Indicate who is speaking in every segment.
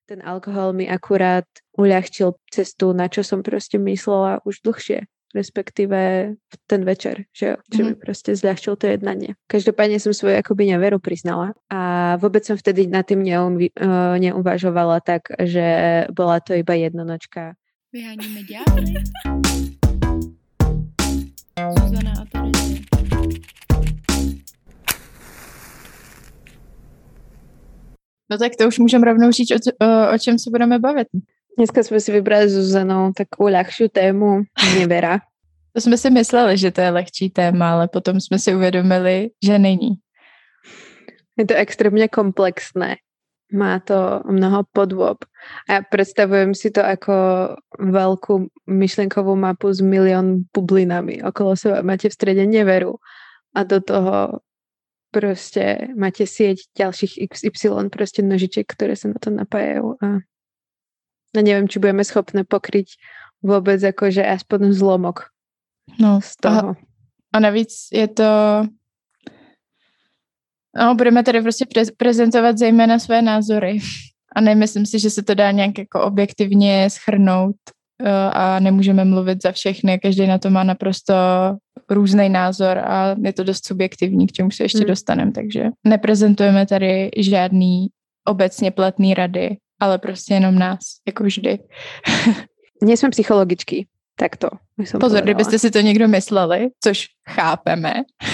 Speaker 1: Ten alkohol mi akurát uľahčil cestu, na čo som proste myslela už dlhšie, respektíve ten večer, že mi proste zľahčil to jednanie. Každopádne som svoju akoby neveru priznala a vôbec som vtedy nad tým neuvažovala tak, že bola to iba jednonočka.
Speaker 2: Vyháníme ďábly. Zuzana a Terezie.
Speaker 3: No tak to už můžeme rovnou říct, o čem se budeme bavit.
Speaker 1: Dneska jsme si vybrali s Zuzanou takovou ľahšiu tému nevera.
Speaker 3: To jsme si mysleli, že to je lehčí téma, ale potom jsme si uvědomili, že není.
Speaker 1: Je to extrémně komplexné. Má to mnoho podôb. A ja predstavujem si to ako veľkú myšlienkovú mapu s milión bublinami. Okolo seba máte v strede neveru a do toho proste máte sieť ďalších XY proste nožičiek, ktoré sa na to napájajú a neviem, či budeme schopné pokryť vôbec akože aspoň zlomok z toho.
Speaker 3: A navíc je to budeme tady prostě prezentovat zejména své názory a nemyslím si, že se to dá nějak jako objektivně shrnout a nemůžeme mluvit za všechny, každý na to má naprosto různý názor a je to dost subjektivní, k čemu se ještě dostaneme, takže neprezentujeme tady žádný obecně platný rady, ale prostě jenom nás, jako vždy.
Speaker 1: Nie sme psychologičky, takto.
Speaker 3: Pozor, kdybyste si to někdo mysleli, což chápeme,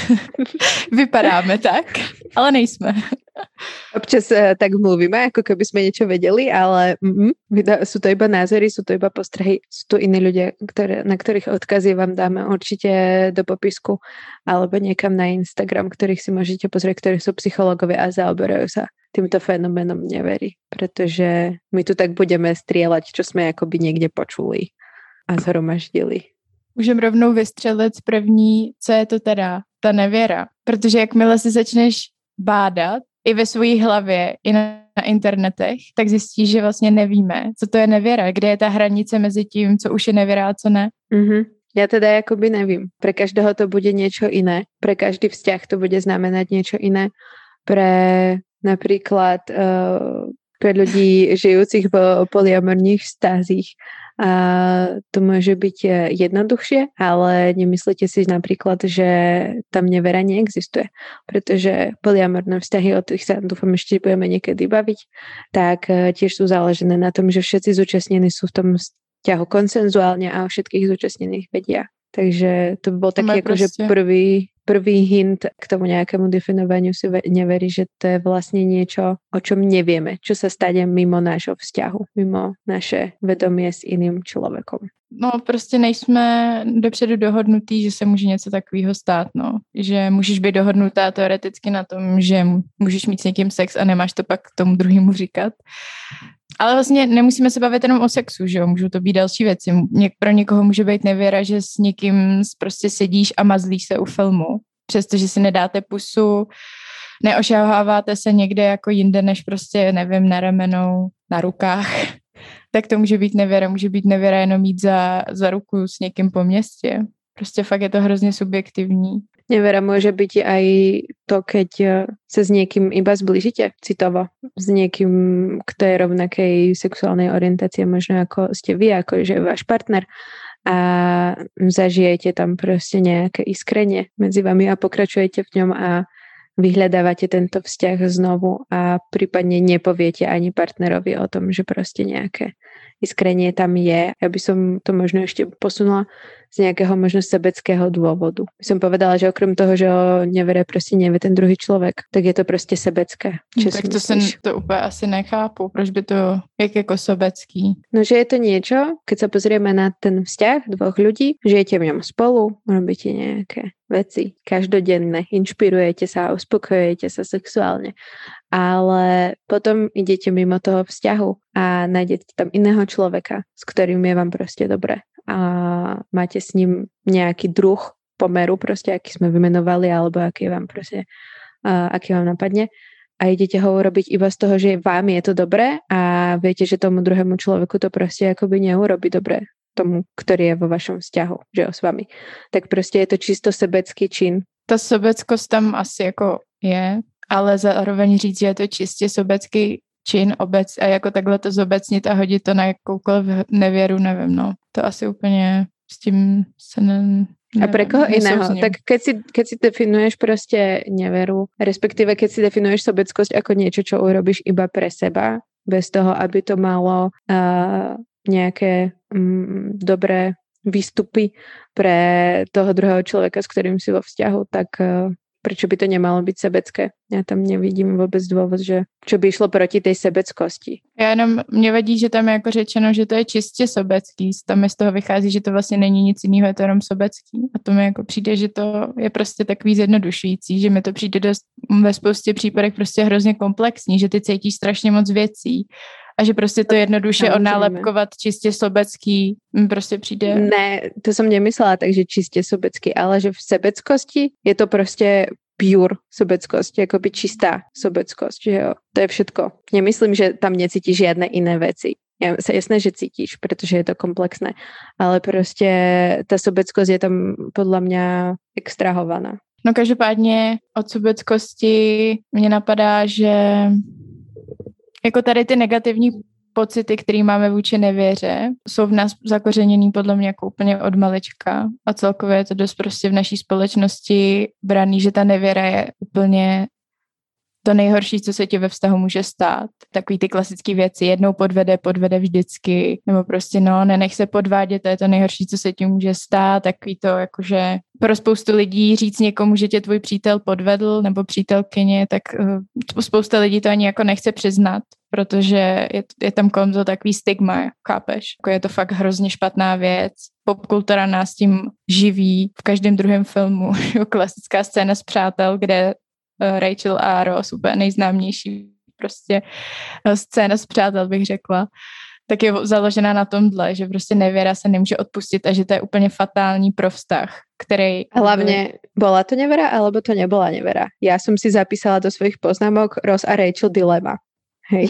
Speaker 3: vypadáme tak, ale nejsme.
Speaker 1: Občas tak mluvíme, ako keby sme niečo vedeli, ale sú to iba názory, sú to iba postrehy, sú to iní ľudia, na ktorých odkazy vám dáme určite do popisku alebo niekam na Instagram, ktorých si môžete pozrieť, ktorí sú psychológovia a zaoberajú sa týmto fenoménom nevery, pretože my tu tak budeme strieľať, čo sme akoby niekde počuli a zhromaždili.
Speaker 3: Můžeme rovnou vystřelit první, co je to teda ta nevěra. Protože jakmile si začneš bádat i ve své hlavě, i na internetech, tak zjistíš, že vlastně nevíme, co to je nevěra, kde je ta hranice mezi tím, co už je nevěra a co ne.
Speaker 1: Ja teda jakoby nevím. Pre každého to bude niečo iné. Pre každý vzťah to bude znamenať niečo iné. Pre napríklad pre ľudí žijúcich v polyamorních vztazích to môže byť jednoduchšie, ale nemyslíte si napríklad, že tam nevera neexistuje, pretože polyamorné vzťahy, o tých sa dúfam ešte budeme niekedy baviť, tak tiež sú založené na tom, že všetci zúčastnení sú v tom vzťahu konsenzuálne a o všetkých zúčastnených vedia. Takže to by bol taký akože prvý hint k tomu nejakému definovaniu si neverí, že to je vlastne niečo, o čom nevieme, čo sa stane mimo nášho vzťahu, mimo naše vedomie s iným človekom.
Speaker 3: No prostě nejsme dopředu dohodnutý, že se může něco takového stát, no. Že můžeš být dohodnutá teoreticky na tom, že můžeš mít s někým sex a nemáš to pak tomu druhému říkat. Ale vlastně nemusíme se bavit jenom o sexu, že jo, můžou to být další věci. Pro někoho může být nevěra, že s někým prostě sedíš a mazlíš se u filmu, přestože si nedáte pusu, neošaháváte se někde jako jinde, než prostě, nevím, na ramenou, na rukách. Tak to může být nevěra jenom jít za ruku s někým po městě. Prostě fakt je to hrozně subjektivní.
Speaker 1: Nevera môže byť aj to, keď sa s niekým iba zblížite citovo. S niekým, kto je rovnakej sexuálnej orientácie, možno ako ste vy, ako že váš partner a zažijete tam proste nejaké iskrenie medzi vami a pokračujete v ňom a vyhľadávate tento vzťah znovu a prípadne nepoviete ani partnerovi o tom, že proste nejaké iskrenie tam je. Ja by som to možno ešte posunula z nejakého možno sebeckého dôvodu. By som povedala, že okrem toho, že o nevere proste nevie ten druhý človek, tak je to proste sebecké.
Speaker 3: Tak to úplně asi nechápu, proč by to jak jako sobecký.
Speaker 1: No, že je to niečo, keď sa pozrieme na ten vzťah dvoch ľudí, žijete v ňom spolu, robíte nejaké veci každodenné, inšpirujete sa, uspokojujete sa sexuálne, ale potom idete mimo toho vzťahu a nájdete tam iného človeka, s ktorým je vám proste dobre a máte s ním nejaký druh pomeru, proste aký sme vymenovali, alebo aký vám napadne a idete ho urobiť iba z toho, že vám je to dobré a viete, že tomu druhému človeku to proste akoby neurobi dobre, tomu, ktorý je vo vašom vzťahu, že jo, s vami. Tak proste je to čisto sebecký čin.
Speaker 3: Ta sobeckost tam asi jako je, ale zároveň říct, že je to čistě sobecký čin a jako takhle to zobecnit a hodit to na jakoukoliv nevěru, nevím, no. To asi úplně s tím se
Speaker 1: a pre koho iného? Tak keď si definuješ proste neveru, respektíve keď si definuješ sobeckosť ako niečo, čo urobíš iba pre seba, bez toho, aby to malo nejaké dobré výstupy pre toho druhého človeka, s ktorým si vo vzťahu, tak prečo by to nemalo byť sebecké? Já tam nevidím vůbec důvod, že čo by šlo proti tej sebeckosti.
Speaker 3: Já jenom, mě vadí, že tam je jako řečeno, že to je čistě sobecký. Tam mi z toho vychází, že to vlastně není nic jiného, je to jenom sobecký. A to mi jako přijde, že to je prostě takový zjednodušující, že mi to přijde ve spoustě případech prostě hrozně komplexní, že ty cítíš strašně moc věcí a že prostě to jednoduše odnálepkovat čistě sobecký prostě přijde.
Speaker 1: Ne, to jsem nemyslela tak, že čistě sobecký, ale že v sebeckosti je to prostě pure sobeckosť, akoby čistá sobeckosť, že jo. To je všetko. Nemyslím, že tam necítíš žiadne iné veci. Jasné, že cítíš, protože je to komplexné, ale prostě ta sobeckosť je tam podľa mňa extrahovaná.
Speaker 3: No každopádně od sobeckosti mě napadá, že jako tady ty negativní pocity, které máme vůči nevěře, jsou v nás zakořeněný podle mě jako úplně od malička a celkově je to dost prostě v naší společnosti braný, že ta nevěra je úplně to nejhorší, co se ti ve vztahu může stát. Takový ty klasické věci, jednou podvede vždycky, nebo prostě nenech se podvádět, to je to nejhorší, co se ti může stát, takový to jakože pro spoustu lidí říct někomu, že tě tvůj přítel podvedl nebo přítelkyně, tak spousta lidí to ani jako nechce přiznat, protože je tam kolem to takový stigma, chápeš? Jako je to fakt hrozně špatná věc. Popkultura nás tím živí v každém druhém filmu. Klasická scéna z Přátel, kde Rachel a Ross, úplně nejznámější prostě scéna z Přátel, bych řekla, tak je založená na tomhle, že prostě nevěra se nemůže odpustit a že to je úplně fatální pro vztah, který...
Speaker 1: Hlavně, bola to nevera, alebo to nebola nevera? Já jsem si zapísala do svojich poznámok Ross a Rachel dilema. Hej.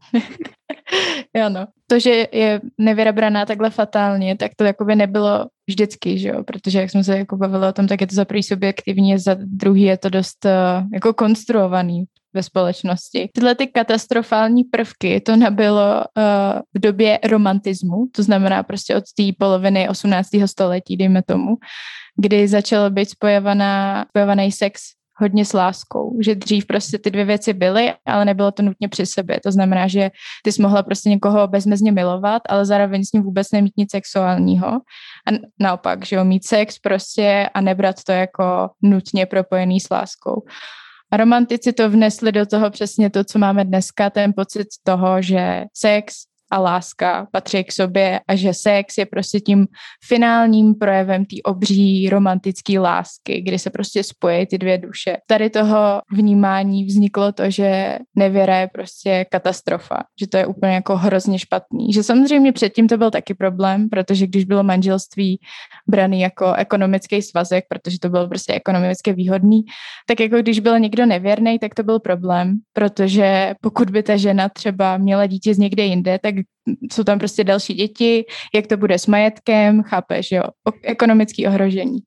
Speaker 3: Jo, no. To, že je nevěra braná takhle fatálně, tak to jakoby nebylo vždycky, že jo, protože jak jsme se jako bavili o tom, tak je to za první subjektivní a za druhý je to dost jako konstruovaný ve společnosti. Tyhle ty katastrofální prvky to nabylo v době romantismu, to znamená prostě od té poloviny 18. století, dejme tomu, kdy začal být spojovaný sex hodně s láskou, že dřív prostě ty dvě věci byly, ale nebylo to nutně při sobě. To znamená, že ty jsi mohla prostě někoho bezmezně milovat, ale zároveň s ním vůbec nemít nic sexuálního. A naopak, že jo, mít sex prostě a nebrat to jako nutně propojený s láskou. A romantici to vnesli do toho přesně to, co máme dneska, ten pocit toho, že sex a láska patří k sobě a že sex je prostě tím finálním projevem té obří romantické lásky, kdy se prostě spojí ty dvě duše. Tady toho vnímání vzniklo to, že nevěra je prostě katastrofa, že to je úplně jako hrozně špatný. Že samozřejmě předtím to byl taky problém, protože když bylo manželství braný jako ekonomický svazek, protože to bylo prostě ekonomicky výhodný, tak jako když byl někdo nevěrný, tak to byl problém, protože pokud by ta žena třeba měla dítě z někde jinde, tak jsou tam prostě další děti, jak to bude s majetkem, chápeš, jo, ekonomické ohrožení.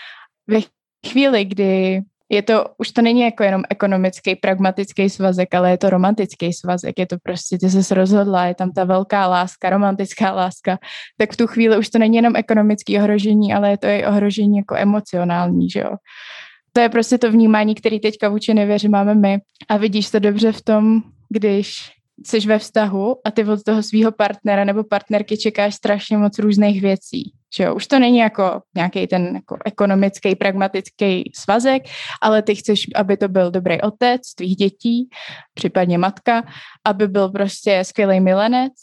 Speaker 3: Ve chvíli, kdy už to není jako jenom ekonomický, pragmatický svazek, ale je to romantický svazek, je to prostě, ty ses rozhodla, je tam ta velká láska, romantická láska, tak v tu chvíli už to není jenom ekonomické ohrožení, ale je to i ohrožení jako emocionální, že jo. To je prostě to vnímání, který teďka vůči nevěři máme my a vidíš to dobře v tom, když jsi ve vztahu a ty od toho svého partnera nebo partnerky čekáš strašně moc různých věcí. Že jo? Už to není jako nějaký ten jako ekonomický, pragmatický svazek, ale ty chceš, aby to byl dobrý otec tvých dětí, případně matka, aby byl prostě skvělý milenec,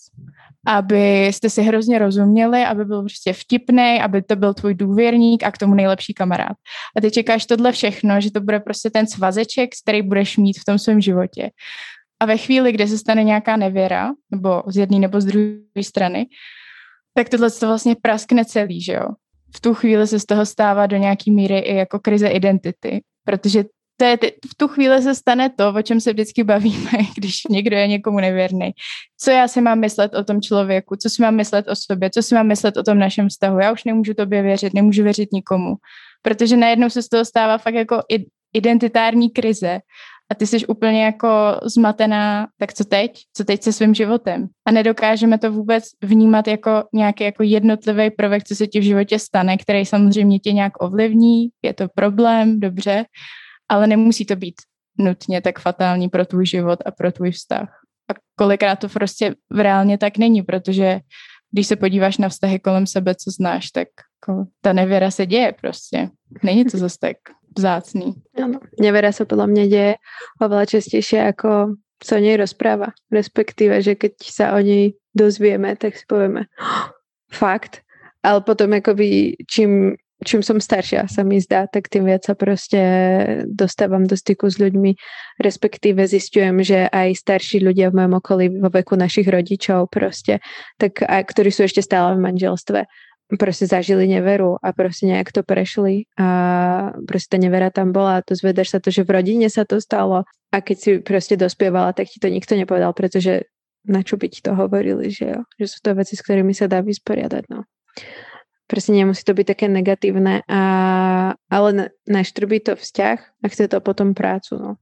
Speaker 3: aby jste si hrozně rozuměli, aby byl prostě vtipnej, aby to byl tvůj důvěrník a k tomu nejlepší kamarád. A ty čekáš tohle všechno, že to bude prostě ten svazeček, který budeš mít v tom svém životě. A ve chvíli, kdy se stane nějaká nevěra, nebo z jedné nebo z druhé strany, tak tohle to vlastně praskne celý, že jo. V tu chvíli se z toho stává do nějaký míry i jako krize identity, protože v tu chvíli se stane to, o čem se vždycky bavíme, když někdo je někomu nevěrný. Co já si mám myslet o tom člověku, co si mám myslet o sobě, co si mám myslet o tom našem vztahu. Já už nemůžu tobě věřit, nemůžu věřit nikomu, protože najednou se z toho stává fakt jako identitární krize a ty jsi úplně jako zmatená, tak co teď? Co teď se svým životem? A nedokážeme to vůbec vnímat jako nějaký jako jednotlivý prvek, co se ti v životě stane, který samozřejmě tě nějak ovlivní, je to problém, dobře, ale nemusí to být nutně tak fatální pro tvůj život a pro tvůj vztah. A kolikrát to prostě reálně tak není, protože když se podíváš na vztahy kolem sebe, co znáš, tak jako ta nevěra se děje prostě. Není to zase tak vzácný.
Speaker 1: Áno, nevěra sa podľa mňa deje oveľa častejšie, ako sa o nej rozpráva. Respektíve, že keď sa o nej dozvieme, tak si povieme fakt, ale potom akoby čím som staršia, sa mi zdá, tak tým viac sa proste dostávam do styku s ľuďmi, respektíve zistujem, že aj starší ľudia v mojom okolí vo veku našich rodičov proste, tak aj, ktorí sú ešte stále v manželstve, proste zažili neveru a proste nejak to prešli a proste tá nevera tam bola a to zvedáš sa to, že v rodine sa to stalo a keď si proste dospievala, tak ti to nikto nepovedal, pretože na čo by ti to hovorili, že jo, že sú to veci, s ktorými sa dá vysporiadať, no. Proste nemusí to byť také negatívne, ale naštrbí to vzťah a chce to potom prácu. No.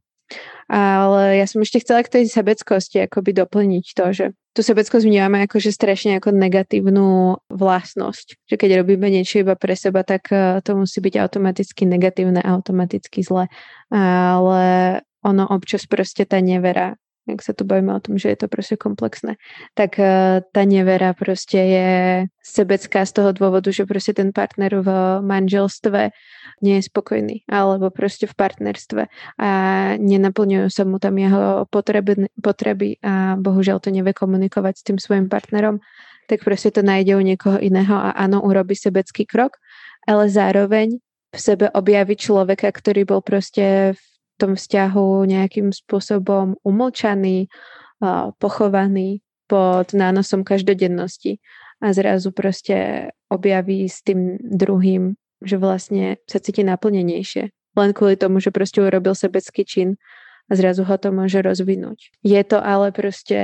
Speaker 1: Ale ja som ešte chcela k tej sebeckosti akoby doplniť to, že tú sebeckosť vnímame akože strašne ako negatívnu vlastnosť. Že keď robíme niečo iba pre seba, tak to musí byť automaticky negatívne, automaticky zle. Ale ono občas proste tá nevera, jak sa tu bavíme o tom, že je to proste komplexné, tak tá nevera proste je sebecká z toho dôvodu, že proste ten partner v manželstve nie je spokojný, alebo proste v partnerstve a nenaplňujú sa mu tam jeho potreby a bohužiaľ to nevie komunikovať s tým svojim partnerom, tak proste to nájde u niekoho iného a áno, urobí sebecký krok, ale zároveň v sebe objaví človeka, ktorý bol proste v tom vzťahu nejakým spôsobom umlčaný, pochovaný pod nánosom každodennosti a zrazu proste objaví s tým druhým, že vlastne sa cíti naplnenejšie. Len kvôli tomu, že proste urobil sebecký čin a zrazu ho to môže rozvinúť. Je to ale proste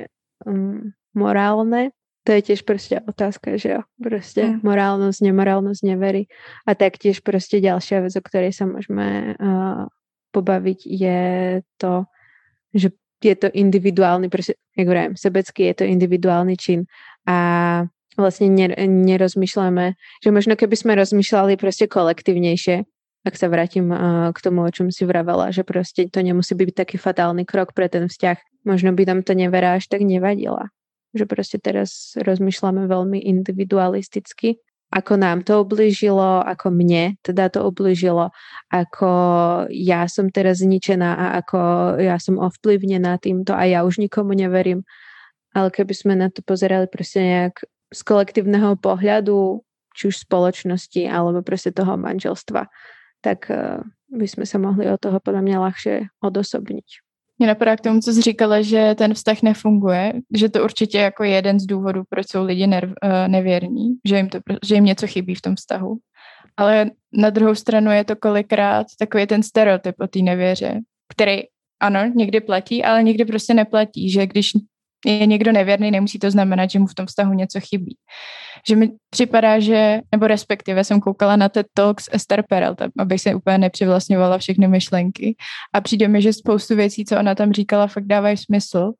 Speaker 1: morálne, to je tiež proste otázka, že jo, proste morálnosť, nemorálnosť nevery a taktiež proste ďalšia vec, o ktorej sa môžeme pobaviť je to, že je to individuálny, jak hovorím, sebecký je to individuálny čin a vlastne nerozmýšľame, že možno keby sme rozmýšľali proste kolektívnejšie, ak sa vrátim k tomu, o čom si vravala, že proste to nemusí byť taký fatálny krok pre ten vzťah, možno by nám to nevera až tak nevadila. Že proste teraz rozmýšľame veľmi individualisticky, ako nám to ublížilo, ako mne teda to ublížilo, ako ja som teraz zničená a ako ja som ovplyvnená týmto a ja už nikomu neverím. Ale keby sme na to pozerali proste nejak z kolektívneho pohľadu, či už spoločnosti, alebo proste toho manželstva, tak by sme sa mohli od toho podľa mňa ľahšie odosobniť.
Speaker 3: Mě napadá k tomu, co jsi říkala, že ten vztah nefunguje, že to určitě jako je jeden z důvodů, proč jsou lidi nevěrní, že jim něco chybí v tom vztahu. Ale na druhou stranu je to kolikrát takový ten stereotyp o té nevěře, který ano, někdy platí, ale někdy prostě neplatí, že když je někdo nevěrný, nemusí to znamenat, že mu v tom vztahu něco chybí. Že mi připadá, že, nebo respektive jsem koukala na TED Talks Esther Perel, abych se úplně nepřivlastňovala všechny myšlenky a přijde mi, že spoustu věcí, co ona tam říkala, fakt dávají smysl.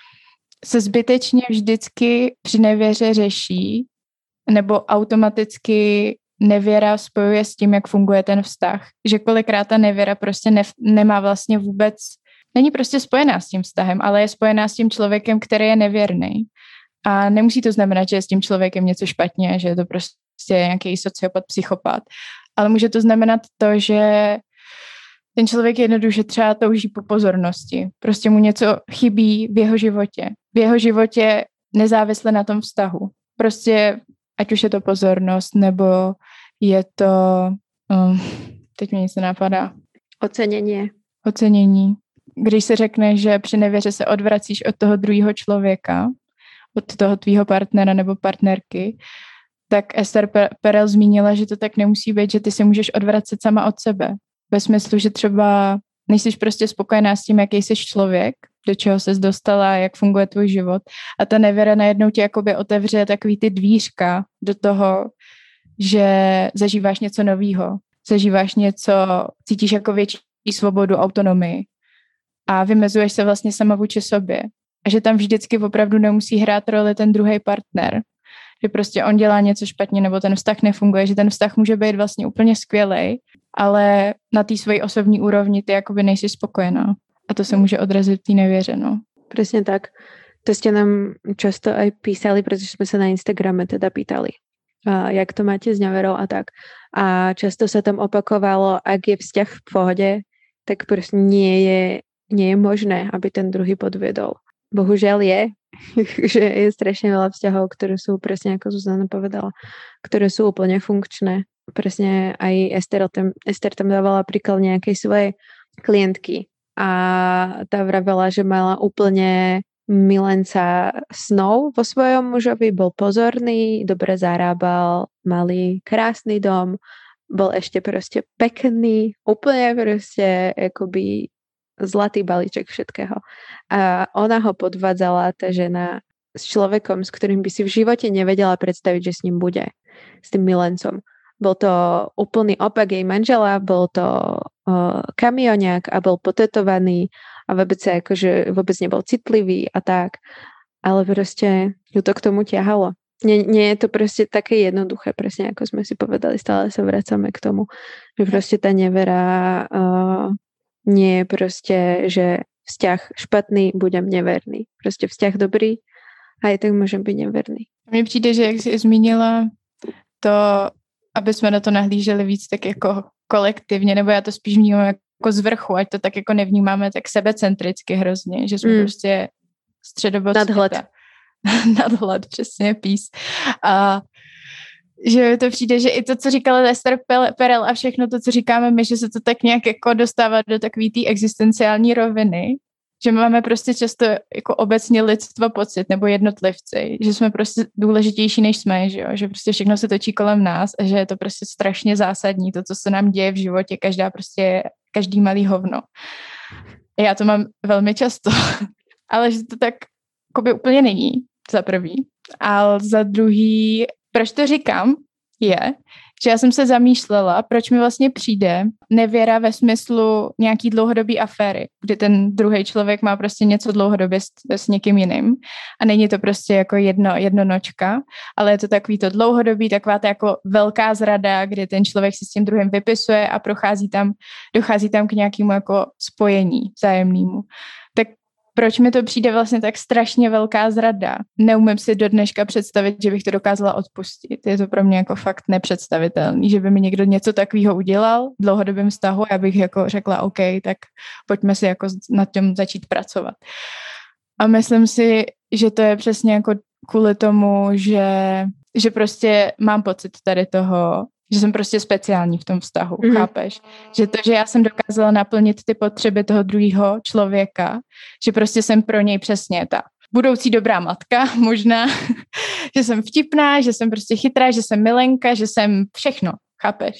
Speaker 3: Se zbytečně vždycky při nevěře řeší nebo automaticky nevěra spojuje s tím, jak funguje ten vztah. Že kolikrát ta nevěra prostě nemá vlastně vůbec, není prostě spojená s tím vztahem, ale je spojená s tím člověkem, který je nevěrný. A nemusí to znamenat, že je s tím člověkem něco špatně, že je to prostě nějaký sociopat, psychopat. Ale může to znamenat to, že ten člověk jednoduše třeba touží po pozornosti. Prostě mu něco chybí v jeho životě. V jeho životě nezávisle na tom vztahu. Prostě ať už je to pozornost, nebo je to, teď mi nic nenapadá. Ocenění. Když se řekne, že při nevěře se odvracíš od toho druhého člověka, od toho tvýho partnera nebo partnerky, tak Esther Perel zmínila, že to tak nemusí být, že ty se můžeš odvracet sama od sebe. Ve smyslu, že třeba nejsi prostě spokojená s tím, jaký jsi člověk, do čeho ses dostala, jak funguje tvůj život a ta nevěra najednou ti jakoby otevře takový ty dvířka do toho, že zažíváš něco novýho, zažíváš něco, cítíš jako větší svobodu, autonomii a vymezuješ se vlastně sama vůči sobě. A že tam vždycky opravdu nemusí hrát roli ten druhý partner. Že prostě on dělá něco špatně nebo ten vztah nefunguje, že ten vztah může být vlastně úplně skvělej, ale na té svojí osobní úrovni ty jakoby nejsi spokojená. A to se může odrazit v té nevěře, no.
Speaker 1: Presne tak. To ste nám často aj písali, pretože sme sa na Instagrame teda pýtali, jak to máte s neverou a tak. A často sa tam opakovalo, ak je vzťah v pohode, tak proste nie je možné, aby ten druhý podviedol. Bohužiaľ je, že je strašne veľa vzťahov, ktoré sú presne ako Zuzana povedala, ktoré sú úplne funkčné. Presne aj Ester tam dávala príklad nejakej svojej klientky a tá vravela, že mala úplne milenca snov vo svojom mužovi, bol pozorný, dobre zarábal, mali krásny dom, bol ešte proste pekný, úplne proste akoby zlatý balíček všetkého. A ona ho podvádzala, tá žena, s človekom, s ktorým by si v živote nevedela predstaviť, že s ním bude, s tým milencom. Bol to úplný opak jej manžela, bol to kamioniak a bol potetovaný a vôbec sa akože vôbec nebol citlivý a tak. Ale proste ju to k tomu ťahalo. Nie je to proste také jednoduché, presne ako sme si povedali, stále sa vracame k tomu, že proste tá nevera nie je proste, že vzťah špatný, budem neverný. Proste vzťah dobrý a aj tak môžem byť neverný.
Speaker 3: Mně přijde, že jak jsi zmínila to, aby jsme na to nahlíželi víc tak jako kolektivně, nebo já to spíš vnímám jako z vrchu, ať to tak jako nevnímáme tak sebecentricky hrozně, že jsme prostě středobod světa. Nadhled, přesně, peace. A že to přijde, že i to, co říkala Lester Perel a všechno to, co říkáme my, že se to tak nějak jako dostává do takové té existenciální roviny, že máme prostě často jako obecně lidstvo pocit, nebo jednotlivci, že jsme prostě důležitější, než jsme, že prostě všechno se točí kolem nás a že je to prostě strašně zásadní, to, co se nám děje v životě, každý malý hovno. Já to mám velmi často, ale že to tak jakoby úplně není, za prvý. A za druhý, proč to říkám, je, že já jsem se zamýšlela, proč mi vlastně přijde nevěra ve smyslu nějaký dlouhodobý aféry, kdy ten druhý člověk má prostě něco dlouhodobě s někým jiným a není to prostě jako jednonočka, ale je to takový to dlouhodobý, taková ta jako velká zrada, kdy ten člověk si s tím druhým vypisuje a dochází tam k nějakému jako spojení vzájemnému. Tak proč mi to přijde vlastně tak strašně velká zrada? Neumím si do dneška představit, že bych to dokázala odpustit. Je to pro mě jako fakt nepředstavitelný, že by mi někdo něco takového udělal v dlouhodobém vztahu a já bych jako řekla, OK, tak pojďme si jako nad tím začít pracovat. A myslím si, že to je přesně jako kvůli tomu, že prostě mám pocit tady toho, že jsem prostě speciální v tom vztahu, chápeš? Že to, že já jsem dokázala naplnit ty potřeby toho druhého člověka, že prostě jsem pro něj přesně ta budoucí dobrá matka možná, že jsem vtipná, že jsem prostě chytrá, že jsem milenka, že jsem všechno, chápeš?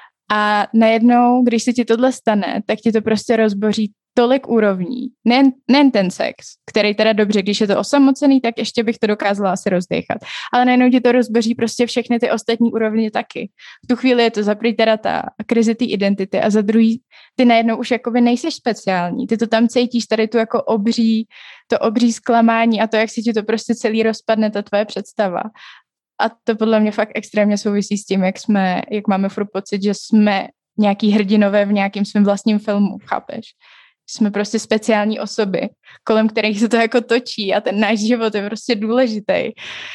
Speaker 3: A najednou, když se ti tohle stane, tak ti to prostě rozboří tolik úrovní. Nejen ten sex, který teda dobře, když je to osamocený, tak ještě bych to dokázala asi rozdechat. Ale najednou ti to rozboří prostě všechny ty ostatní úrovně taky. V tu chvíli je to za první teda ta krize té identity a za druhý ty najednou už jakoby nejseš speciální. Ty to tam cítíš, tady tu jako obří zklamání a to, jak si ti to prostě celý rozpadne, ta tvoje představa. A to podle mě fakt extrémně souvisí s tím, jak máme furt pocit, že jsme nějaký hrdinové v nějakým svým vlastním filmu, chápeš? Jsme prostě speciální osoby, kolem kterých se to jako točí a ten náš život je prostě důležitý.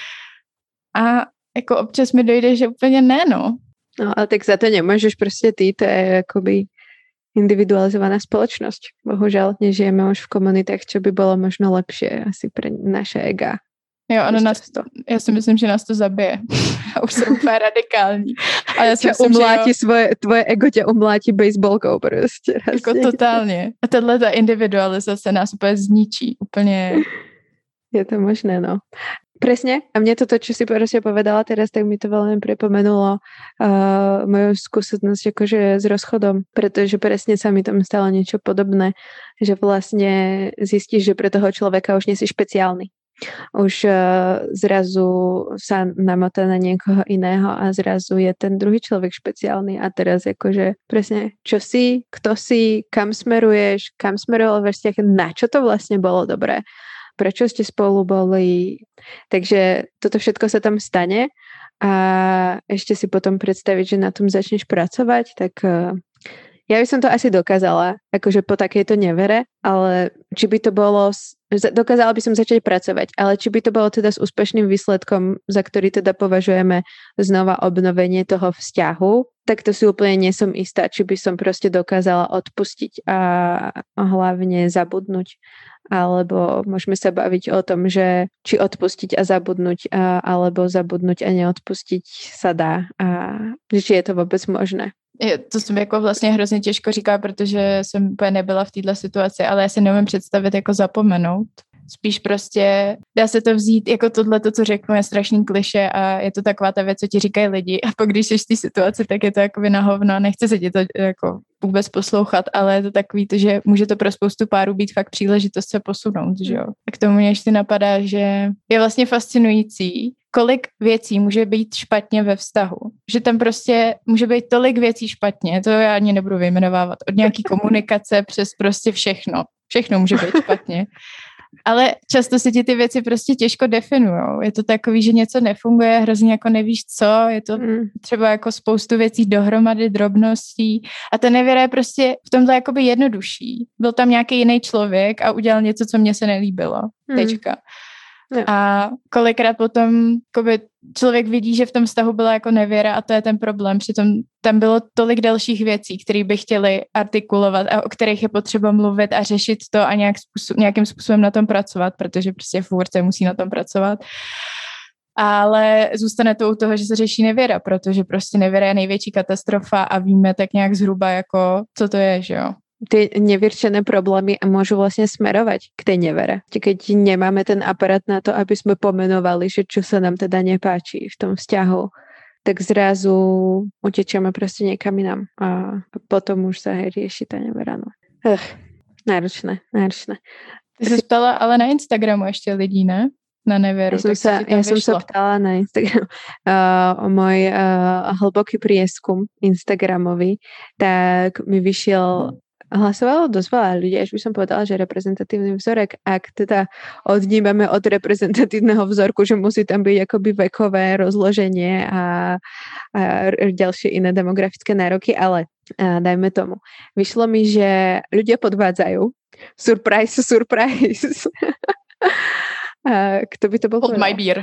Speaker 3: A jako občas mi dojde, že úplně ne, no.
Speaker 1: No, ale tak za to nemôžeš prostě ty, to je akoby individualizovaná spoločnosť. Bohužiaľ, nežijeme už v komunitách, čo by bolo možno lepšie asi pre naše ega.
Speaker 3: Jo, já si myslím, že nás to zabije. Já už jsem úplně radikální. A já si myslím,
Speaker 1: umlátí tvoje ego tě umlátí baseballkou prostě.
Speaker 3: Jako totálně. A tato individualizace nás úplně zničí. Úplně.
Speaker 1: Je to možné, no. Presne. A mne toto, čo si proste povedala teraz, tak mi to veľmi pripomenulo moju skúsenosť akože s rozchodom, pretože presne sa mi tam stalo niečo podobné, že vlastne zistíš, že pre toho človeka už nie si špeciálny. už zrazu sa namotá na niekoho iného a zrazu je ten druhý človek špeciálny a teraz akože presne, čo si, kto si, kam smeruješ, kam smeroval ve vzťahu, na čo to vlastne bolo dobré, prečo ste spolu boli. Takže toto všetko sa tam stane a ešte si potom predstaviť, že na tom začneš pracovať, tak ja by som to asi dokázala, akože po takejto nevere, ale či by to bolo, dokázala by som začať pracovať, ale či by to bolo teda s úspešným výsledkom, za ktorý teda považujeme znova obnovenie toho vzťahu, tak to si úplne nie som istá, či by som proste dokázala odpustiť a hlavne zabudnúť. Alebo môžeme sa baviť o tom, že či odpustiť a zabudnúť, alebo zabudnúť a neodpustiť sa dá a či je to vôbec možné.
Speaker 3: To se mi jako vlastně hrozně těžko říká, protože jsem úplně nebyla v této situaci, ale já si neumím představit jako zapomenout. Spíš prostě dá se to vzít, jako tohleto, co řeknu, je strašný kliše a je to taková ta věc, co ti říkají lidi a pak když jsi v té situaci, tak je to jakoby na hovno, nechce se ti to jako vůbec poslouchat, ale je to takový to, že může to pro spoustu párů být fakt příležitost se posunout, že jo. A k tomu mě ještě napadá, že je vlastně fascinující, kolik věcí může být špatně ve vztahu. Že tam prostě může být tolik věcí špatně, to já ani nebudu vyjmenovávat, od nějaký komunikace přes prostě všechno. Všechno může být špatně. Ale často se ti ty věci prostě těžko definujou. Je to takový, že něco nefunguje, hrozně jako nevíš co, je to třeba jako spoustu věcí dohromady, drobností a ta nevěra je prostě v tomhle jakoby jednodušší. Byl tam nějaký jiný člověk a udělal něco, co mně se nelíbilo. Tečka. A kolikrát potom člověk vidí, že v tom vztahu byla jako nevěra a to je ten problém. Přitom tam bylo tolik dalších věcí, které by chtěli artikulovat a o kterých je potřeba mluvit a řešit to a nějakým způsobem na tom pracovat, protože prostě furt se musí na tom pracovat. Ale zůstane to u toho, že se řeší nevěra, protože prostě nevěra je největší katastrofa a víme tak nějak zhruba jako, co to je, že jo.
Speaker 1: Tie nevyriešené problémy môžu vlastne smerovať k tej nevere. Keď nemáme ten aparát na to, aby sme pomenovali, že čo sa nám teda nepáči v tom vzťahu, tak zrazu utečeme proste niekam inám a potom už sa rieši tá nevera. No. Náročné.
Speaker 3: Ty si ptala ale na Instagramu ešte lidí, ne? Na neveru.
Speaker 1: Ja som sa ptala na Instagram. Môj hlboký prieskum Instagramový, tak mi vyšiel. Hlasovalo dosť veľa ľudí, až by som povedala, že reprezentatívny vzorek, ak teda odnímame od reprezentatívneho vzorku, že musí tam byť akoby vekové rozloženie a ďalšie iné demografické nároky, ale dajme tomu. Vyšlo mi, že ľudia podvádzajú. Surprise. Kto by to bol?
Speaker 3: Hold my beer.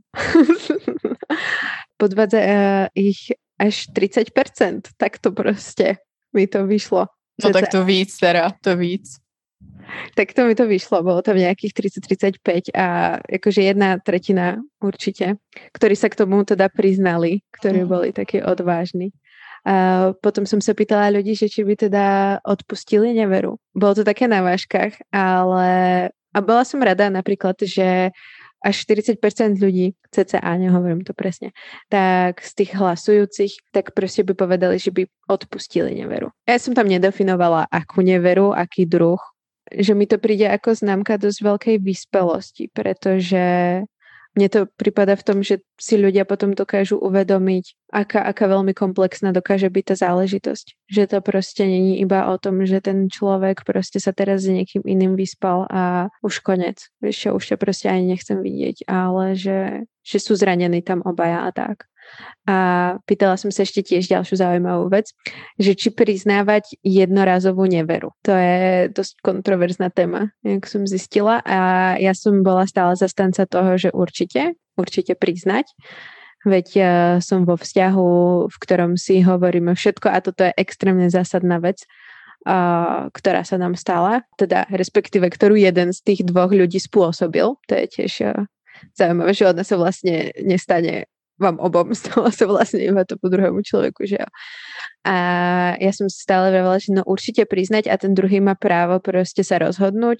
Speaker 1: Podvádza ich až 30%. Tak to proste mi to vyšlo.
Speaker 3: No tak to víc teda, to víc.
Speaker 1: Tak to mi to vyšlo, bolo tam nejakých 30-35 a akože 1/3 určite, ktorí sa k tomu teda priznali, ktorí boli takí odvážni. A potom som sa pýtala ľudí, že či by teda odpustili neveru. Bolo to také na vážkach, ale a bola som rada napríklad, že až 40% ľudí, cca, nehovorím to presne, tak z tých hlasujúcich, tak proste by povedali, že by odpustili neveru. Ja som tam nedefinovala, akú neveru, aký druh, že mi to príde ako známka dosť veľkej vyspelosti, pretože mne to prípada v tom, že si ľudia potom dokážu uvedomiť, aká veľmi komplexná dokáže byť tá záležitosť. Že to proste není iba o tom, že ten človek proste sa teraz s niekým iným vyspal a už konec. Vieš čo, už to proste ani nechcem vidieť, ale že sú zranení tam obaja a tak. A pýtala som sa ešte tiež ďalšiu zaujímavú vec, že či priznávať jednorazovú neveru. To je dosť kontroverzná téma, jak som zistila a ja som bola stále zastanca toho, že určite priznať. Veď som vo vzťahu, v ktorom si hovoríme všetko a toto je extrémne zásadná vec, ktorá sa nám stala, teda respektíve ktorú jeden z tých dvoch ľudí spôsobil. To je tiež zaujímavé, že od nás sa vlastne nestane vám obom, stalo sa vlastne iba to po druhému človeku, že jo. A ja som stále vravela, že no určite priznať a ten druhý má právo proste sa rozhodnúť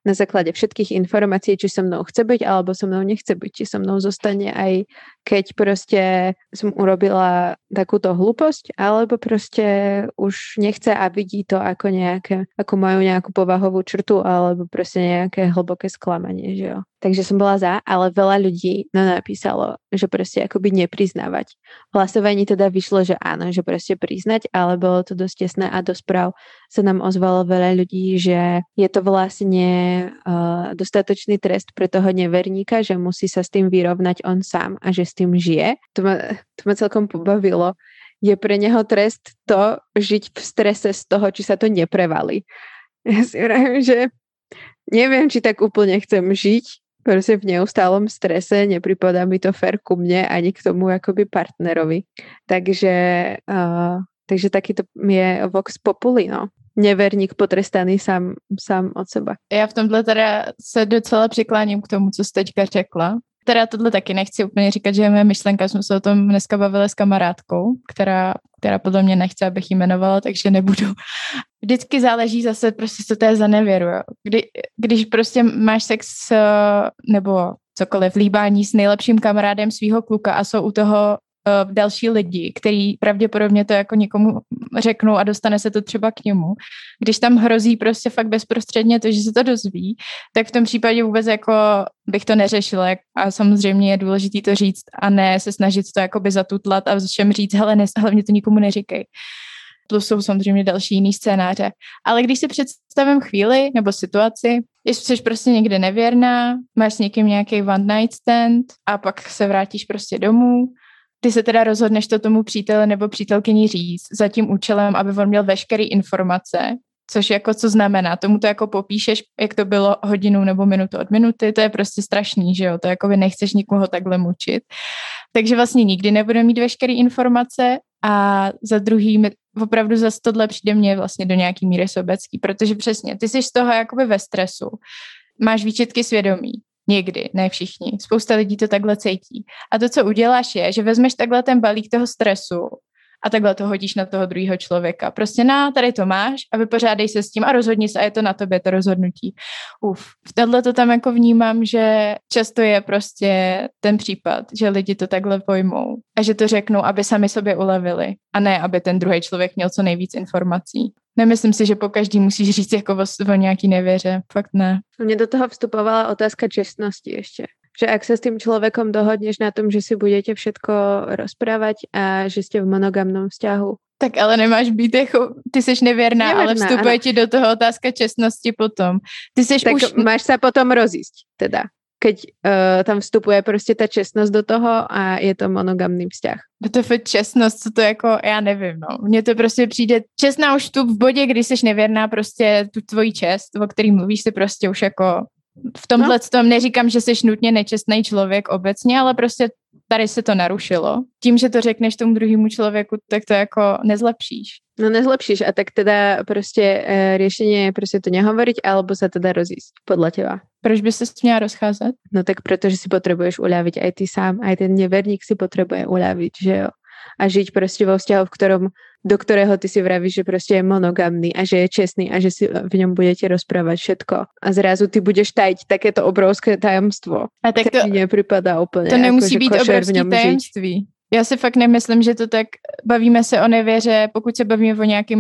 Speaker 1: na základe všetkých informácií, či so mnou chce byť, alebo so mnou nechce byť, či so mnou zostane aj keď proste som urobila takúto hlúposť, alebo proste už nechce a vidí to ako majú nejakú povahovú črtu, alebo proste nejaké hlboké sklamanie, že jo. Takže som bola za, ale veľa ľudí napísalo, že proste akoby nepriznávať. V hlasovaní teda vyšlo, že áno, že proste priznať, ale bolo to dosť tesné a do správ sa nám ozvalo veľa ľudí, že je to vlastne dostatočný trest pre toho neverníka, že musí sa s tým vyrovnať on sám a že s tým žije. To ma celkom pobavilo. Je pre neho trest to žiť v strese z toho, či sa to neprevalí. Ja si vravím, že neviem, či tak úplne chcem žiť proste v neustálom strese, nepripadá mi to fér ku mne ani k tomu akoby partnerovi. Takže takýto je vox populi, no. Neverník potrestaný sám od seba.
Speaker 3: Já v tomhle teda se docela přikláním k tomu, co jsi teďka řekla. Teda tohle taky nechci úplně říkat, že je moje myšlenka, jsme se o tom dneska bavili s kamarádkou, která podle mě nechce, abych jí jmenovala, takže nebudu. Vždycky záleží zase prostě, co to je za nevěru. Jo. Když prostě máš sex nebo cokoliv, líbání s nejlepším kamarádem svýho kluka a jsou u toho další lidi, který pravděpodobně to jako někomu řeknou a dostane se to třeba k němu. Když tam hrozí prostě fakt bezprostředně to, že se to dozví, tak v tom případě vůbec jako bych to neřešila a samozřejmě je důležitý to říct a ne se snažit to jakoby zatutlat a všem říct, hele, hlavně to nikomu neříkej. Plus jsou samozřejmě další jiný scénáře. Ale když si představím chvíli nebo situaci, jsi prostě někde nevěrná, máš s někým nějaký one night stand a pak se vrátíš prostě domů, ty se teda rozhodneš to tomu příteli nebo přítelkyni říct za tím účelem, aby on měl veškeré informace, což jako co znamená, tomu to jako popíšeš, jak to bylo hodinu nebo minutu od minuty, to je prostě strašný, že jo, to jako by nechceš nikoho takhle mučit. Takže vlastně nikdy nebude mít veškeré informace a za druhý opravdu zase tohle přijde mně vlastně do nějaký míry sobecký, protože přesně, ty jsi z toho jakoby ve stresu, máš výčitky svědomí, někdy, ne všichni. Spousta lidí to takhle cítí. A to, co uděláš, je, že vezmeš takhle ten balík toho stresu a takhle to hodíš na toho druhého člověka. Prostě tady to máš a vypořádej se s tím a rozhodni se a je to na tobě, to rozhodnutí. V tohle to tam jako vnímám, že často je prostě ten případ, že lidi to takhle pojmou a že to řeknou, aby sami sobě ulevili a ne, aby ten druhý člověk měl co nejvíc informací. Nemyslím si, že po každý musíš říct jako o nějaký nevěře. Fakt ne.
Speaker 1: Mne do toho vstupovala otázka čestnosti ešte. Že ak sa s tým človekom dohodneš na tom, že si budete všetko rozprávať a že ste v monogamnom vzťahu.
Speaker 3: Tak ale nemáš být jako, ty seš nevěrná, ale vstupuje ti do toho otázka čestnosti potom. Ty seš
Speaker 1: tak
Speaker 3: už...
Speaker 1: máš sa potom rozísť, teda. Keď tam vstupuje prostě ta čestnost do toho a je to monogamný vzťah.
Speaker 3: To je čestnost, co to jako, já nevím, no. Mně to prostě přijde čestná už tu v bodě, kdy jsi nevěrná, prostě tu tvoji čest, o který mluvíš, si prostě už jako v tomhle tom neříkám, že jsi nutně nečestný člověk obecně, ale prostě tady se to narušilo. Tím, že to řekneš tomu druhému člověku, tak to jako nezlepšíš.
Speaker 1: No nezlepšíš a tak teda prostě riešenie je prostě to nehovoriť alebo sa teda rozísť podľa teba.
Speaker 3: Proč by se měla rozcházet?
Speaker 1: No tak protože si potrebuješ uľaviť aj ty sám, aj ten neverník si potrebuje uľaviť, že jo. A žiť prostě vo vzťahu, do ktorého ty si vravíš, že prostě je monogamný a že je čestný a že si v ňom budete rozprávať všetko. A zrazu ty budeš tajiť takéto obrovské tajemstvo.
Speaker 3: A tak to
Speaker 1: mi nepripadá úplne.
Speaker 3: To nemusí být obrovský tajemství. Já si fakt nemyslím, že to tak, bavíme se o nevěře, pokud se bavíme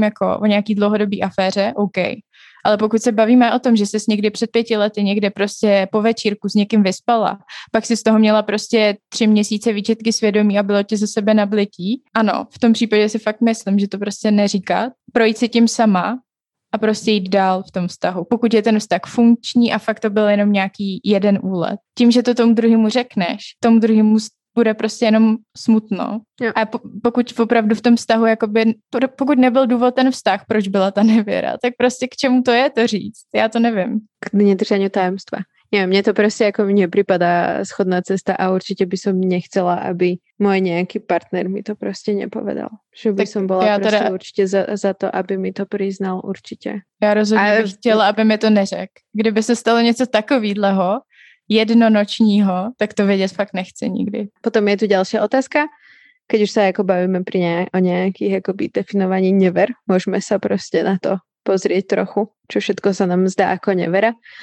Speaker 3: o nějaký dlouhodobý aféře, OK. Ale pokud se bavíme o tom, že jsi někdy před 5 lety někde prostě po večírku s někým vyspala, pak si z toho měla prostě 3 měsíce výčitky svědomí a bylo ti ze sebe nablití, ano, v tom případě si fakt myslím, že to prostě neříkat, projít si tím sama a prostě jít dál v tom vztahu. Pokud je ten vztah funkční a fakt to byl jenom nějaký jeden úlet. Tím, že to tomu druhému řekneš, tomu druhému bude prostě jenom smutno. Jo. A pokud opravdu v tom vztahu, jakoby, pokud nebyl důvod ten vztah, proč byla ta nevěra, tak prostě k čemu to je to říct? Já to nevím.
Speaker 1: K nedržaniu tajemstva. Neviem, mne to prostě jako mne pripadá schodná cesta a určite by som nechcela, aby môj nejaký partner mi to prostě nepovedal. Že by tak som bola prostě teda určite za to, aby mi to priznal určite.
Speaker 3: Já rozhodně bych chtěla, aby mi to neřekl. Kdyby se stalo něco takovýhleho, jednonočního, tak to vědět fakt nechce nikdy.
Speaker 1: Potom je tu ďalšia otázka. Keď už sa ako bavíme o nejakých akoby definovaní never, môžeme sa proste na to pozrieť trochu, čo všetko sa nám zdá ako nevera.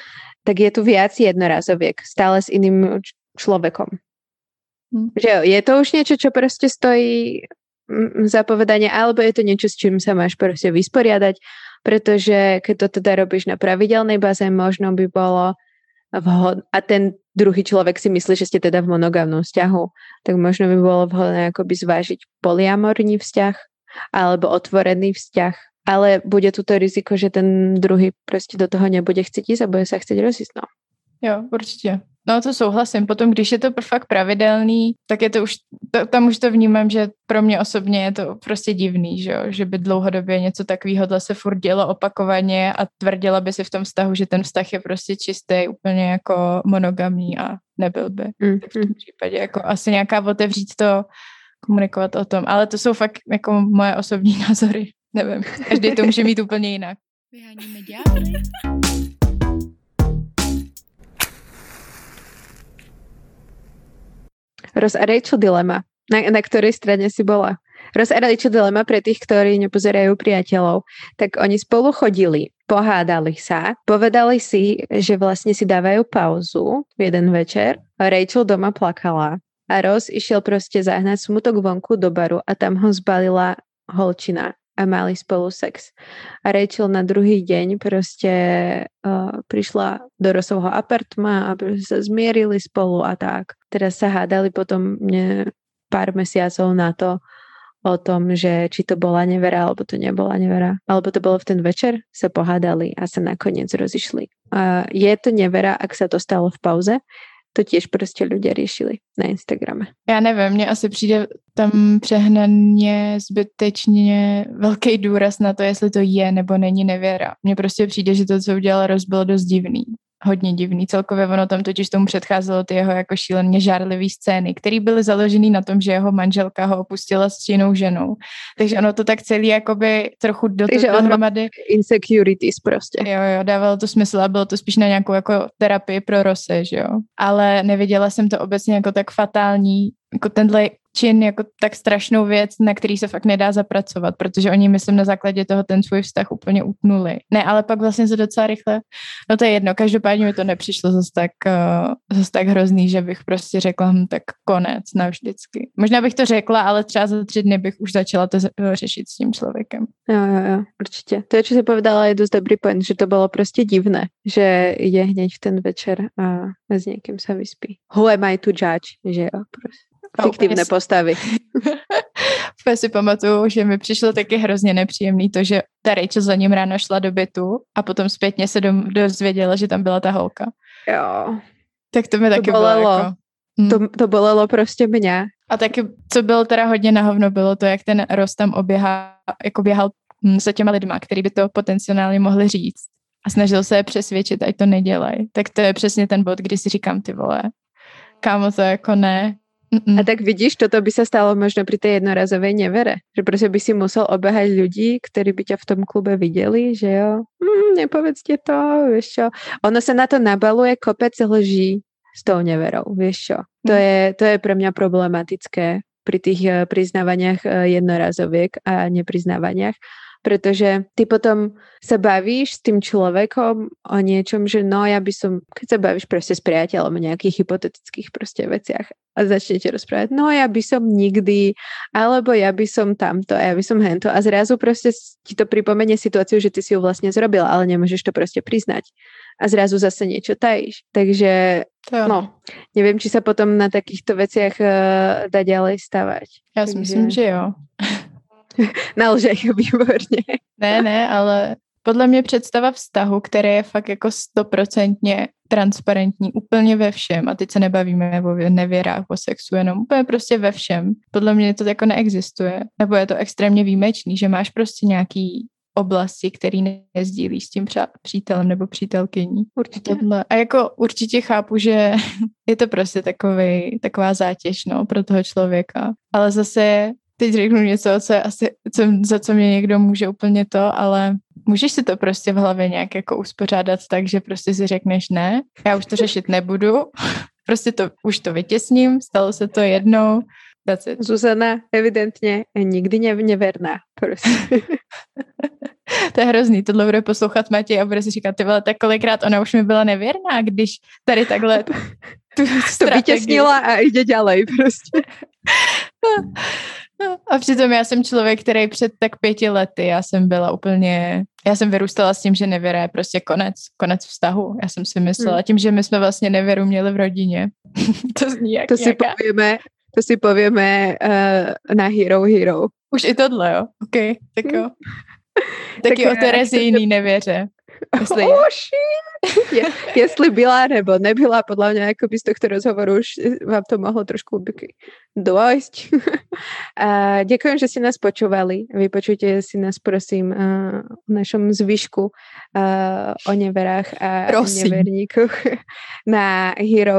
Speaker 1: tak je tu viac jednorazoviek, stále s iným človekom. Že jo, je to už niečo, čo proste stojí za povedanie, alebo je to niečo, s čím sa máš proste vysporiadať, pretože keď to teda robíš na pravidelnej báze, možno by bolo a ten druhý človek si myslí, že ste teda v monogamnom vzťahu, tak možno by bolo vhodné akoby zvážiť polyamorný vzťah alebo otvorený vzťah, ale bude tu to riziko, že ten druhý prostě do toho nebude chcieť ísť a bude sa chcieť rozísť, no.
Speaker 3: Jo, určitě. No to souhlasím. Potom, když je to fakt pravidelný, tak je to už, tam už to vnímám, že pro mě osobně je to prostě divný, že jo? Že by dlouhodobě něco takového se furt dělo opakovaně a tvrdila by si v tom vztahu, že ten vztah je prostě čistý, úplně jako monogamní a nebyl by. Tak v tom případě jako asi nějaká otevřít to, komunikovat o tom. Ale to jsou fakt jako moje osobní názory. Nevím, každý to může mít úplně jinak.
Speaker 2: Vyháníme ďábly.
Speaker 1: Ross a Rachel dilema. Na ktorej strane si bola? Ross a Rachel dilema pre tých, ktorí nepozerajú Priateľov. Tak oni spolu chodili, pohádali sa, povedali si, že vlastne si dávajú pauzu v jeden večer. Rachel doma plakala a Ross išiel proste zahnať smutok vonku do baru a tam ho zbalila holčina a mali spolu sex. A Rachel na druhý deň proste prišla do Rossovho apartma a sa zmierili spolu a tak. Teraz sa hádali potom pár mesiacov na to o tom, že či to bola nevera, alebo to nebola nevera. Alebo to bolo v ten večer, sa pohádali a sa nakoniec rozišli. A je to nevera, ak sa to stalo v pauze? To tiež prostě ľudia riešili na Instagrame.
Speaker 3: Já nevím, mně asi přijde tam přehnaně zbytečně velký důraz na to, jestli to je nebo není nevěra. Mně prostě přijde, že to, co udělal Ross, bylo dost divný. Hodně divný. Celkově ono tam totiž tomu předcházelo ty jeho jako šíleně žárlivý scény, které byly založený na tom, že jeho manželka ho opustila s jinou ženou. Takže ono to tak celý jakoby trochu dohromady.
Speaker 1: Insecurities prostě.
Speaker 3: Jo, dávalo to smysl a bylo to spíš na nějakou jako terapii pro Rosse, že jo. Ale neviděla jsem to obecně jako tak fatální, jako tenhle čin jako tak strašnou věc, na který se fakt nedá zapracovat, protože oni, myslím, na základě toho ten svůj vztah úplně utnuli. Ne, ale pak vlastně se docela rychle, no to je jedno, každopádně mi to nepřišlo zase tak hrozný, že bych prostě řekla, tak konec navždycky. Možná bych to řekla, ale třeba za 3 dny bych už začala to řešit s tím člověkem.
Speaker 1: Jo, určitě. To je, čo si povedala, je dosť dobrý point, že to bylo prostě divné, že je hneď v ten večer a s někým sa vyspí. Who am I to judge? Že jo, prostě. Fiktívne postavy.
Speaker 3: Úplně si pamatuju, že mi přišlo taky hrozně nepříjemný to, že ta Rachel za ním ráno šla do bytu a potom zpětně se dozvěděla, že tam byla ta holka.
Speaker 1: Jo.
Speaker 3: Tak to mi taky bylo jako...
Speaker 1: To bolelo prostě mě.
Speaker 3: A taky, co bylo teda hodně na hovno, bylo to, jak ten Ross tam běhal za těma lidma, který by to potenciálně mohli říct. A snažil se je přesvědčit, ať to nedělají. Tak to je přesně ten bod, kdy si říkám, ty vole, kámo, to jako ne.
Speaker 1: A tak vidíš, toto by sa stalo možno pri tej jednorazovej nevere. Že proste by si musel obehať ľudí, ktorí by ťa v tom klube videli, že jo, nepovedzte to, vieš čo. Ono sa na to nabaluje kopec lží s tou neverou, vieš čo. To je pre mňa problematické pri tých priznávaniach jednorazoviek a nepriznávaniach, pretože ty potom sa bavíš s tým človekom o niečom, že no ja by som, keď sa bavíš proste s priateľom o nejakých hypotetických proste veciach a začnete rozprávať, no ja by som nikdy, alebo ja by som tamto, ja by som hento a zrazu proste ti to pripomenie situáciu, že ty si ju vlastne zrobil, ale nemôžeš to proste priznať a zrazu zase niečo tajíš. Takže no, neviem, či sa potom na takýchto veciach dá ďalej stavať.
Speaker 3: Ja si myslím, že jo.
Speaker 1: Nalžej, výborně.
Speaker 3: Ne, ale podle mě představa vztahu, který je fakt jako 100% transparentní úplně ve všem, a teď se nebavíme o nevěrách, o sexu, jenom úplně prostě ve všem. Podle mě to jako neexistuje. Nebo je to extrémně výjimečný, že máš prostě nějaký oblasti, který nezdílíš s tím přítelem nebo přítelkyní.
Speaker 1: Určitě.
Speaker 3: A jako určitě chápu, že je to prostě taková zátěž, no, pro toho člověka. Ale zase teď řeknu něco, za co mě někdo může úplně to, ale můžeš si to prostě v hlavě nějak jako uspořádat tak, že prostě si řekneš ne, já už to řešit nebudu, prostě už to vytěsním, stalo se to jednou, that's it.
Speaker 1: Zuzana evidentně nikdy neverná, prostě.
Speaker 3: To je hrozný, tohle bude poslouchat Matěj a bude si říkat, ty vole, tak kolikrát ona už mi byla nevěrná, když tady takhle tu
Speaker 1: to vytěsnila a jde ďalej prostě.
Speaker 3: A přitom já jsem člověk, který před tak 5 lety, já jsem vyrůstala s tím, že nevěra je prostě konec vztahu. Já jsem si myslela, tím, že my jsme vlastně nevěru měli v rodině. To zní jak
Speaker 1: To si povieme na Hero.
Speaker 3: Už i tohle, jo? OK, tak jo. Taky o Terezijný nevěře.
Speaker 1: Jestli byla nebo nebyla, podľa mňa akoby z tohto rozhovoru už vám to mohlo trošku dôjsť. Ďakujem, že ste nás počúvali. Vypočujte si nás, prosím, v našom zvyšku o neverách a neverníkoch na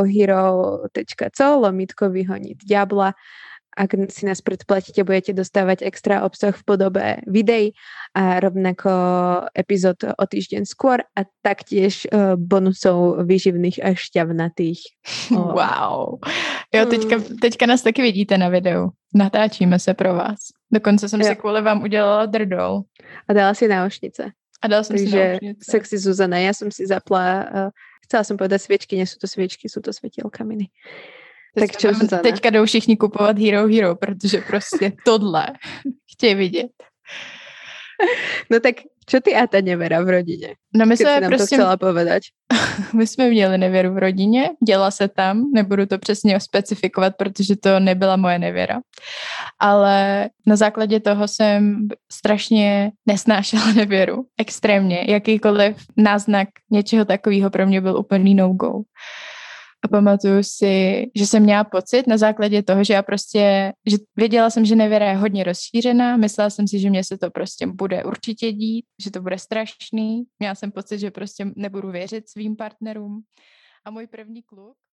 Speaker 1: herohero.co/vyhoniť diabla. Ak si nás predplatíte, budete dostávať extra obsah v podobe videí a rovnako epizód o týždeň skôr a taktiež bonusov výživných a šťavnatých.
Speaker 3: Wow. Jo, teďka nás taky vidíte na videu. Natáčíme se pro vás. Dokonce jsem si kvůli vám udělala drdol.
Speaker 1: A dala si náušnice.
Speaker 3: Takže
Speaker 1: sexy Zuzana. Ja som si zapla, chcela som povedať sviečky, nie sú to sviečky, sú to svetielka mini.
Speaker 3: Tak čo, teďka jdou všichni kupovat Hero, protože prostě tohle chtějí vidět.
Speaker 1: No tak čo ty a ta nevera v rodině?
Speaker 3: No my jsme
Speaker 1: nám to chcela povedať.
Speaker 3: My jsme měli nevěru v rodině, děla se tam, nebudu to přesně specifikovat, protože to nebyla moje nevěra. Ale na základě toho jsem strašně nesnášela nevěru. Extrémně. Jakýkoliv náznak něčeho takového pro mě byl úplný no-go. A pamatuju si, že jsem měla pocit na základě toho, že že věděla jsem, že nevěra je hodně rozšířená, myslela jsem si, že mě se to prostě bude určitě dít, že to bude strašný. Měla jsem pocit, že prostě nebudu věřit svým partnerům. A můj první kluk